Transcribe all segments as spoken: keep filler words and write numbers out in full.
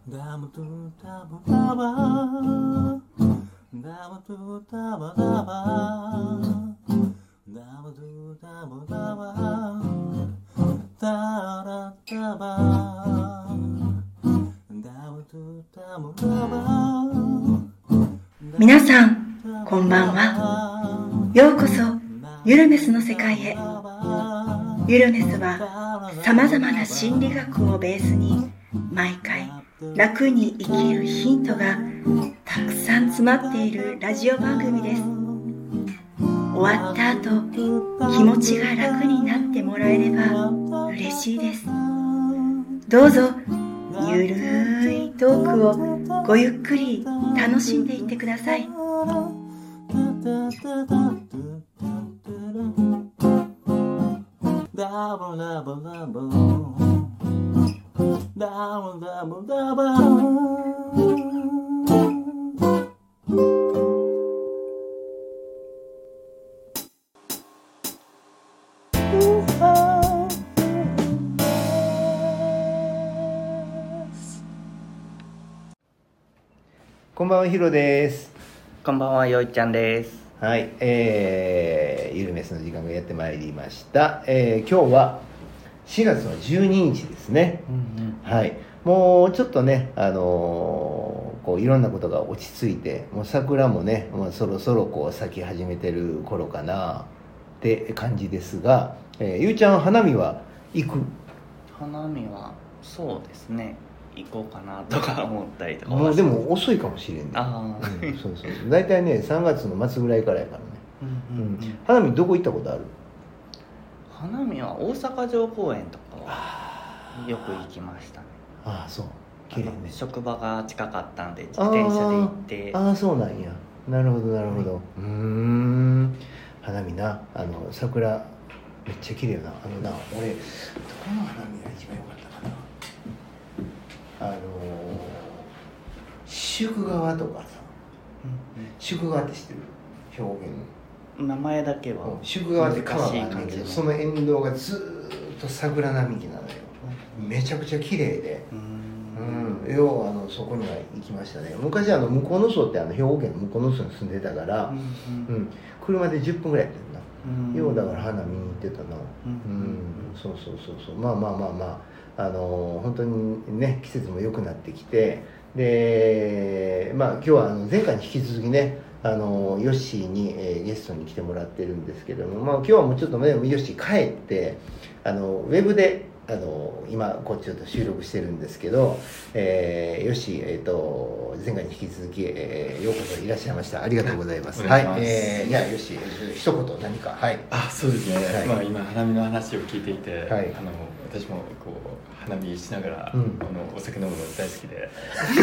ダムトゥダムダバダムトゥダバダバダムトゥダムダバダラダバダムトゥダムダバ。 皆さんこんばんは。ようこそユルメスの世界へ。ユルメスはさまざまな心理学をベースに毎回楽に生きるヒントがたくさん詰まっているラジオ番組です。終わった後気持ちが楽になってもらえれば嬉しいです。どうぞゆるいトークをごゆっくり楽しんでいってください。 ダブダブダブダブダブダブ。 こんばんは、ヒロです。 こんばんは、よいちゃんです。 はい、えー、ゆるメスの時間がやってまいりました。えー、今日はしがつのじゅうににちですね。うんうん、はい、もうちょっとね、あのー、こういろんなことが落ち着いて、もう桜もね、もうそろそろこう咲き始めてる頃かなって感じですが、えー、ゆうちゃん花見は行く？ 花見はそうですね。行こうかなとか思ったりとか。 もうでも遅いかもしれんね。 ああ、 うん、そうそう。だいたいねさんがつの末ぐらいからやからね。うんうんうん、花見どこ行ったことある？ 花見は大阪城公園とかはよく行きましたね。 ああ、そう。綺麗ね。 職場が近かったんで自転車で行って。 ああ、そうなんや。なるほどなるほど。うーん。花見な、あの桜めっちゃ綺麗よな。あのな、俺どこの花見が一番良かったかな。あのー、宿川とかさ、うんうん、宿川って知ってる？表現名前だけは宿川って川があるんだけど、その沿道がずっと桜並木なのよ、うん、めちゃくちゃ綺麗で、うんうん、ようあのそこには行きましたね。昔あの向こうの荘ってあの兵庫県の向こうの荘に住んでたから、うんうんうん、車でじゅっぷんぐらいやってるな、うん、ようだから花見に行ってたな、うんうんうん、そうそうそうそう、まあまあまあまああの本当にね季節も良くなってきて、でまあ今日はあの前回に引き続きねあのヨッシーに、えー、ゲストに来てもらってるんですけども、まあ今日はもうちょっとねヨッシー帰ってあのウェブであの今こっちちょっと収録してるんですけど、えー、ヨッシー、えー、と前回に引き続き、えー、ようこそいらっしゃいました。ありがとうございます。はい、えー、じゃあヨッシー一言何か。はい。 あ、そうですね、はい、まあ今花見の話を聞いていて、はい、あの私もこう花見しながら、うん、あのお酒飲むの大好きで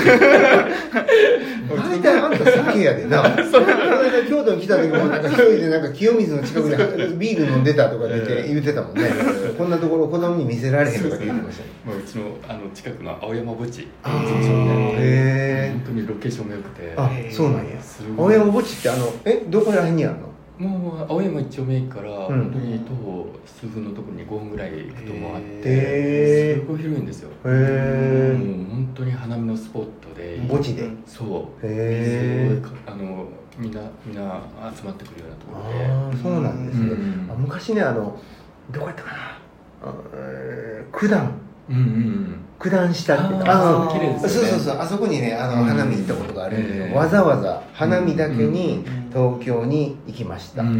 大体あんた酒やでな京都に来た時もなんか一人でなんか清水の近くでビール飲んでたとかって言ってたもんねこんなところ子供に見せられへんとかって言ってましたね。 う, うちのあの近くの青山墓地、 あへ本当にロケーションも良くて。 あ、そうなんや。青山墓地ってあのえどこら辺にあるの？ もう青山一丁目駅から本当に徒歩数分のところにごふんぐらい行くともあって、すごい広いんですよ。へもう本当に花見のスポットで、 墓地で、 そうへすごいあのみんなみんな集まってくるようなところで。 ああ、そうなんですね。うん、あ昔ねあのどこやったかな、あ九段、うんうん、九段下ってああ綺麗ですよね。 そうそうそう、あそこにねあの花見行ったことがあるんですよ。わざわざ花見だけに東京に行きました。うん、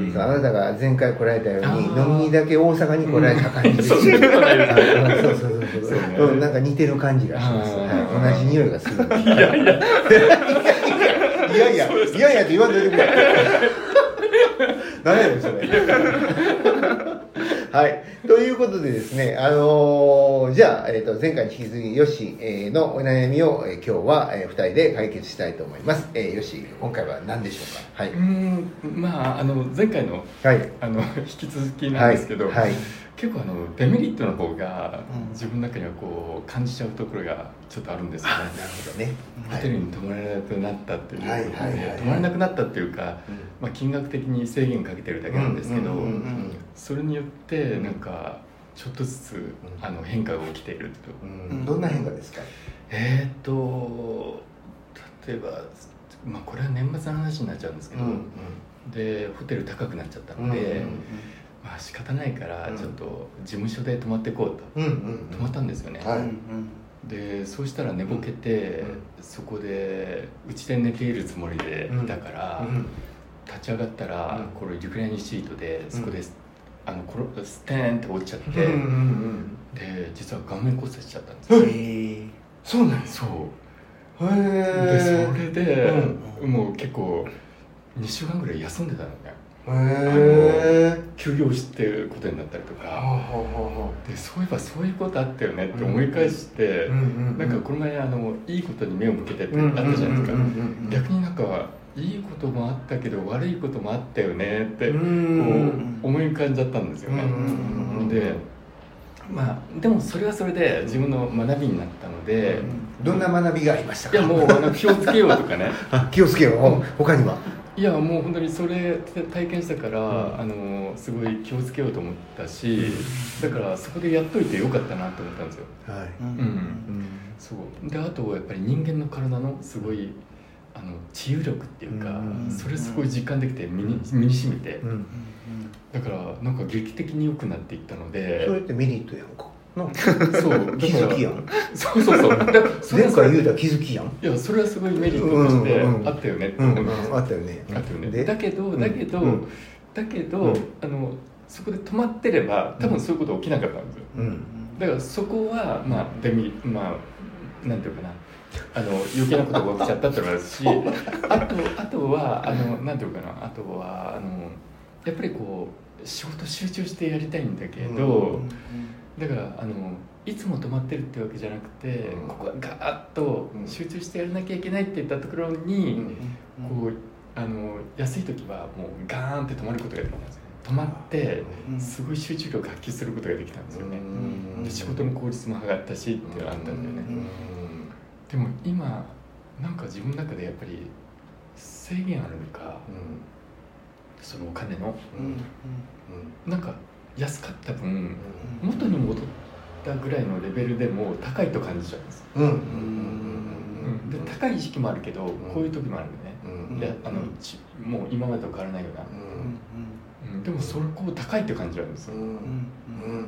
あなたが前回来られたように飲みにだけ大阪に来られた感じです。そうそうそうそう、なんか似てる感じがします。はい、同じ匂いがする。いやいやいやいやいやいやいやって言わんといてくれ。何やねんそれ。はい、ということでですね、あのー、じゃあ、えー、と前回に引き続きヨッシーのお悩みを、えー、今日は、えー、ふたりで解決したいと思います。えー、ヨッシー今回は何でしょうか？はい、うーんまああの前回の、はい、あの引き続きなんですけど、はいはい、結構あのデメリットの方が自分の中にはこう感じちゃうところがちょっとあるんですよね。 なるほどね。 ホテルに泊まれなくなったっていう、 はいはいはいはい、 泊まれなくなったっていうか、うん、まあ、金額的に制限かけてるだけなんですけど、それによってなんかちょっとずつあの変化が起きていると、 うん、どんな変化ですか？ えー、っと例えば、まあ、これは年末の話になっちゃうんですけど、うんうん、でホテル高くなっちゃったので、うんうんうん、まあ仕方ないからちょっと事務所で泊まっていこうと、うんうんうん、泊まったんですよね、はい、でそうしたら寝ぼけて、うんうん、そこでうちで寝ているつもりでいたから、うんうん、立ち上がったら、うん、これリクライニングシートでそこで、うん、あのコロステーンって落ちちゃって、うんうんうん、で実は顔面骨折しちゃったんですよ。へー、そうなんですか？そうでそれで、うん、もう結構にしゅうかんぐらい休んでたのね。へー、休業してることになったりとか、はあはあ、でそういえばそういうことあったよねって思い返して、うんうん、なんかこの前あのいいことに目を向けてってあったじゃないですか。逆になんかいいこともあったけど悪いこともあったよねってこう思い浮かんじゃったんですよね。でまあ、でもそれはそれで自分の学びになったので、 うん、どんな学びがありましたか？ いやもうあの気をつけようとかね気をつけよう、他には？いやもう本当にそれ体験したから、うん、あのすごい気をつけようと思ったし、だからそこでやっといてよかったなと思ったんですよ。はい、うんうん、そうであとやっぱり人間の体のすごいあの治癒力っていうか、うん、それすごい実感できて身に、身に染みて、うん、だからなんか劇的に良くなっていったので、 それってメリットやんかのそう気づきやん。 そうそうそう前回言うたら気づきやん。 いやそれはすごいメリットとしてあったよねって思います、 うんうん、あったよねあったよね。だけどだけど、うん、だけど、うん、あのそこで止まってれば多分そういうこと起きなかったんですよ、うん、だからそこはまあデミまあなんていうかなあの余計なことが起きちゃったってのもあるしあとあとはあのなんていうかなあとはあのやっぱりこう仕事集中してやりたいんだけど、うん、だからあのいつも止まってるってわけじゃなくて、うん、ここはガーッと集中してやらなきゃいけないっていったところに、うん、こうあの安い時はもうガーンって止まることができたんですよね。止まってすごい集中力を発揮することができたんですよね、うん、で仕事の効率も上がったしっていうのがあったんだよね、うん、でも今なんか自分の中でやっぱり制限あるのか、うん、そのお金の、うんうん、なんか安かった分、うん、元に戻ったぐらいのレベルでも高いと感じちゃうんです、うんうんうん、で高い時期もあるけど、うん、こういう時もあるね、うん、であのちもう今までと変わらないような、うんうん、でもそこを高いって感じなんですよ、うんうんうん、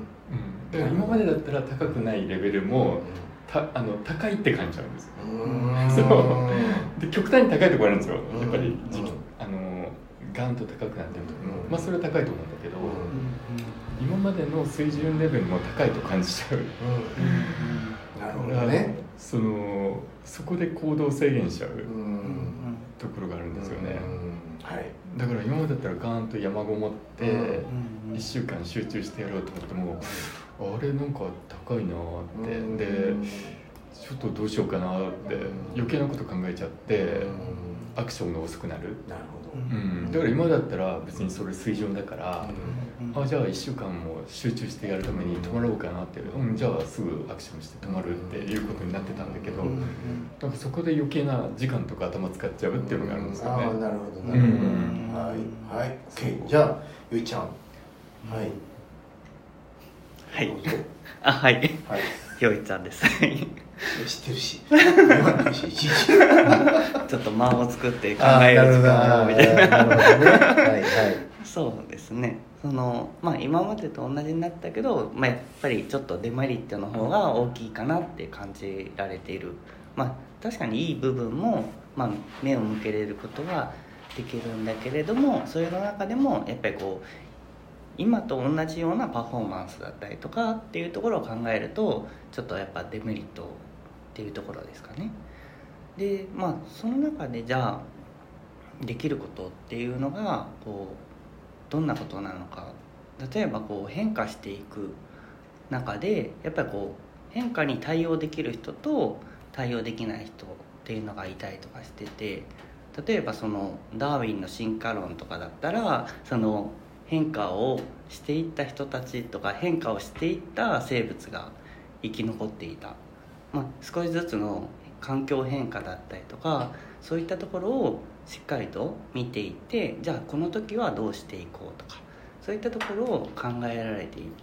だから今までだったら高くないレベルもたあの高いって感じちゃうんですよ。そうで極端に高いところあるんですよ。やっぱり時期あのガンと高くなってるところも、まあそれは高いと思うんだけど、今までの水準レベルも高いと感じちゃう。 なるほどね。 そのそこで行動制限しちゃうところがあるんですよね。はい。だから今までだったらガーンと山ごもっていっしゅうかん集中してやろうと思っても。あれなんか高いなって、うん、でちょっとどうしようかなって余計なこと考えちゃって、うん、アクションが遅くなる。なるほど、うん、だから今だったら別にそれ水準だから、うん、あじゃあいっしゅうかんも集中してやるために泊まろうかなって、うん、じゃあすぐアクションして泊まるっていうことになってたんだけど、うん、なんかそこで余計な時間とか頭使っちゃうっていうのがあるんですよね。 ああなるほどなるほど、うん、はいはい、OK、じゃあゆいちゃん、はい、 はい、あはい、はい、よいちゃんです。知ってるし、 ちょっと間を作って考える時間みたいな。なるほどね。はいはい。そうですね。そのまあ今までと同じになったけど、まあやっぱりちょっとデメリットの方が大きいかなって感じられている。まあ確かにいい部分もまあ目を向けれることはできるんだけれども、それの中でもやっぱりこう。今と同じようなパフォーマンスだったりとかっていうところを考えるとちょっとやっぱデメリットっていうところですかね。でまあその中でじゃあできることっていうのがこうどんなことなのか。例えばこう変化していく中でやっぱりこう変化に対応できる人と対応できない人っていうのがいたりとかしてて、例えばそのダーウィンの進化論とかだったらその変化をしていった人たちとか変化をしていった生物が生き残っていた、まあ、少しずつの環境変化だったりとかそういったところをしっかりと見ていって、じゃあこの時はどうしていこうとか、 そういったところを考えられていって、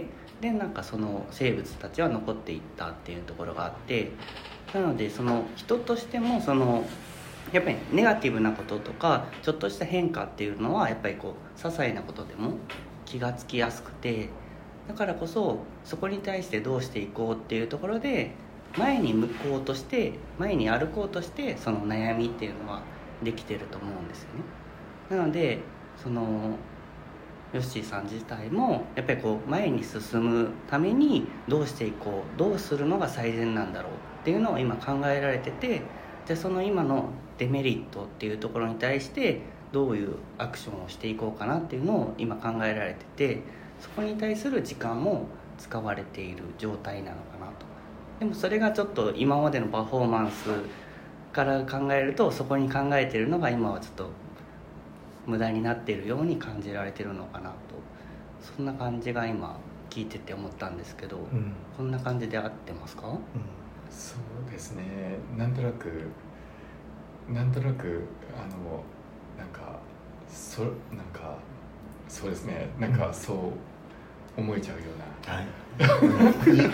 でなんかその生物たちは残っていったっていうところがあって、なのでその人としてもそのやっぱりネガティブなこととかちょっとした変化っていうのはやっぱりこう些細なことでも気がつきやすくて、だからこそそこに対してどうしていこうっていうところで前に向こうとして前に歩こうとしてその悩みっていうのはできてると思うんですよね。なのでそのヨッシーさん自体もやっぱりこう前に進むためにどうしていこう、どうするのが最善なんだろうっていうのを今考えられてて、じゃあその今のデメリットっていうところに対してどういうアクションをしていこうかなっていうのを今考えられてて、そこに対する時間も使われている状態なのかなと。でもそれがちょっと今までのパフォーマンスから考えると、そこに考えているのが今はちょっと無駄になっているように感じられてるのかなと、そんな感じが今聞いてて思ったんですけど、うん、こんな感じで合ってますか？うん、 そうですね、なんとなくなんとなくあのなんかそなんかそうですね、なんかそう思えちゃうような、はい、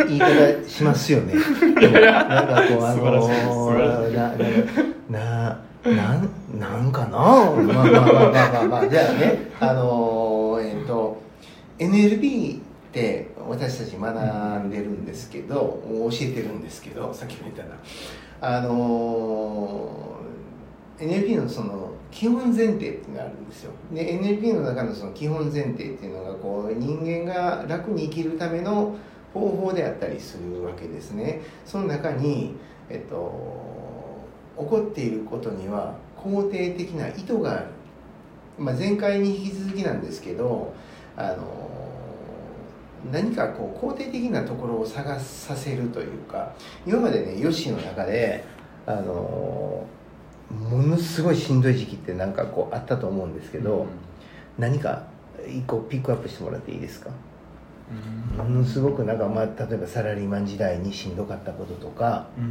言い方しますよね。でもなんかこうあのー、ななななんかな、まあまあまあまあまあまあじゃあね、あのー、えっ、ー、と エヌエルピー って私たち学んでるんですけど、教えてるんですけど、さっきも言ったな、あのー、エヌエルピー のその基本前提っていうのがあるんですよ。で エヌエルピー の中のその基本前提っていうのがこう人間が楽に生きるための方法であったりするわけですね。その中に、えっと、起こっていることには肯定的な意図がある。まあ、前回に引き続きなんですけど、あの何かこう肯定的なところを探させるというか、今までねヨッシーの中であのものすごいしんどい時期ってなんかこうあったと思うんですけど、うん、何か一個ピックアップしてもらっていいですか？うん、ものすごくなんか、まあ、例えばサラリーマン時代にしんどかったこととか、うん、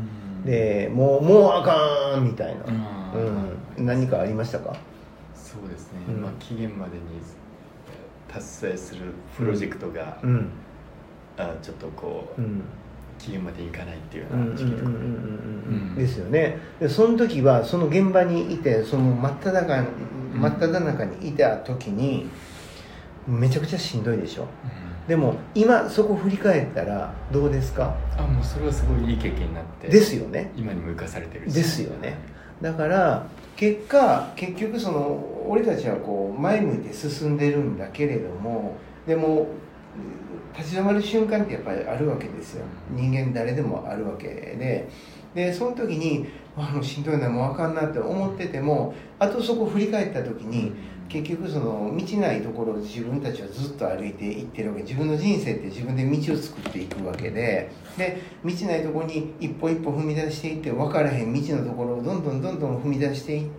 でもうもうあかんみたいな、うん、何かありましたか？ そうですね、うん、まあ、期限までに達成するプロジェクトが、うん、あちょっとこう、うん、期限までいかないっていうような時期とかですよね。でその時はその現場にいて、その真っ只中に、真っ只中にいた時にめちゃくちゃしんどいでしょ、うん、でも今そこ振り返ったらどうですか？ あ、もうそれはすごいいい経験になってですよね。 今にも生かされてるしですよね。だから結果結局その俺たちはこう前向いて進んでるんだけれども、でも立ち止まる瞬間ってやっぱりあるわけですよ。人間誰でもあるわけで、でその時にあもうしんどいな、もうあかんなって思ってても、あとそこ振り返った時に結局その道ないところを自分たちはずっと歩いていってるわけ。自分の人生って自分で道を作っていくわけで、で道ないところに一歩一歩踏み出していって、分からへん道のところをどんどんどんどん踏み出していって、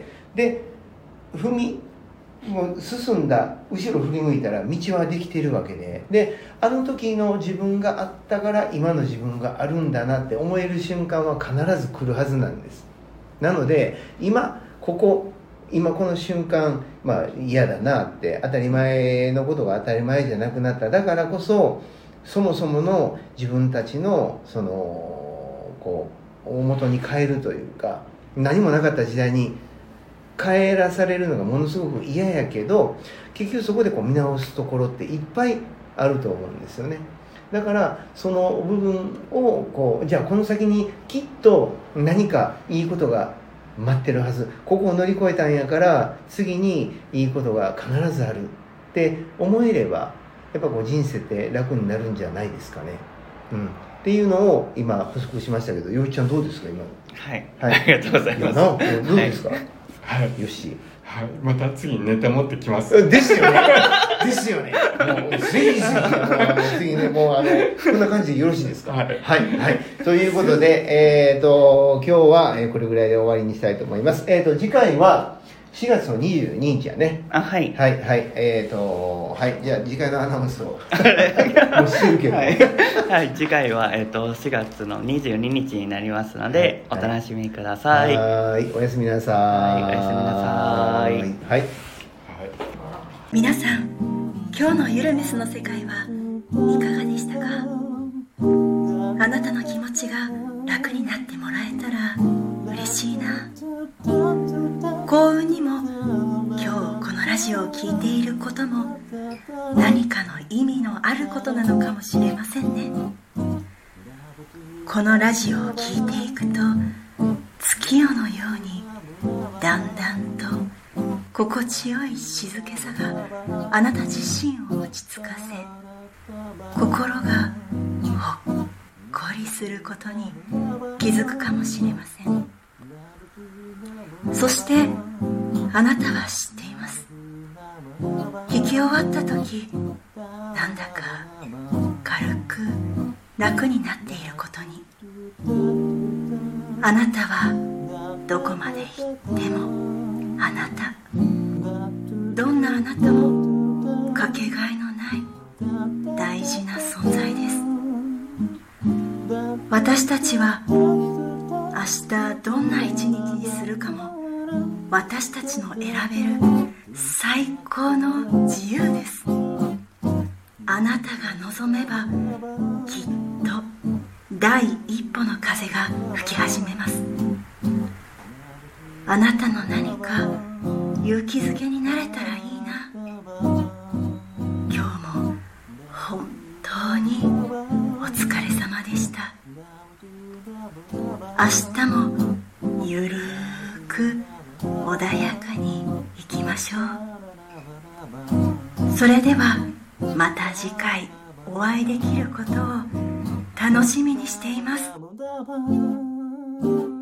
で踏みもう進んだ後ろ振り向いたら道はできてるわけで、であの時の自分があったから今の自分があるんだなって思える瞬間は必ず来るはずなんです。なので今ここ今この瞬間、まあ嫌だなって当たり前のことが当たり前じゃなくなった。だからこそそもそもの自分たちのそのこう大元に変えるというか、何もなかった時代に帰らされるのがものすごく嫌やけど、結局そこでこう見直すところっていっぱいあると思うんですよね。だからその部分をこうじゃあこの先にきっと何かいいことが待ってるはず、ここを乗り越えたんやから次にいいことが必ずあるって思えれば、やっぱこう人生って楽になるんじゃないですかね。うん、っていうのを今補足しましたけど、よいちゃんどうですか今？ はい、はい、ありがとうございます。 どうですか？はいはい、 よし、 はい、また次ネタ持ってきます。 ですよね。ですよね。もうぜひぜひ次ね、もうあのこんな感じでよろしいですか？はい、はい、はい。ということで、えっ、ー、と今日はこれぐらいで終わりにしたいと思います。えっ、ー、と次回はしがつのにじゅうににちやね。 あ、はい。 はい、はい。えっ、ー、と、はい。じゃあ、次回のアナウンスを。もうしてるけど。 はい。はい、次回は、えっ、ー、と、しがつのにじゅうににちになりますので、はい、お楽しみください。 はい。おやすみなさい。 はい、おやすみなさい。 はい。はい。 皆さん、 今日のゆるめすの世界はいかがでしたか？あなたの気持ちが楽になってもらえたら嬉しいな。幸運にも今日このラジオを聞いていることも何かの意味のあることなのかもしれませんね。このラジオを聞いていくと月夜のようにだんだんと心地よい静けさがあなた自身を落ち着かせ、心がほっこりすることに気づくかもしれません。そしてあなたは知っています。弾き終わった時、なんだか軽く楽になっていることに。あなたはどこまで行ってもあなた、どんなあなたもかけがえのない大事な存在です。私たちは明日どんな一日にするかも私たちの選べる最高の自由です。あなたが望めばきっと第一歩の風が吹き始めます。あなたの何か勇気づけになれたらいいな。今日も本当にお疲れ様でした。明日もゆるーく穏やかにいきましょう。それではまた次回お会いできることを楽しみにしています。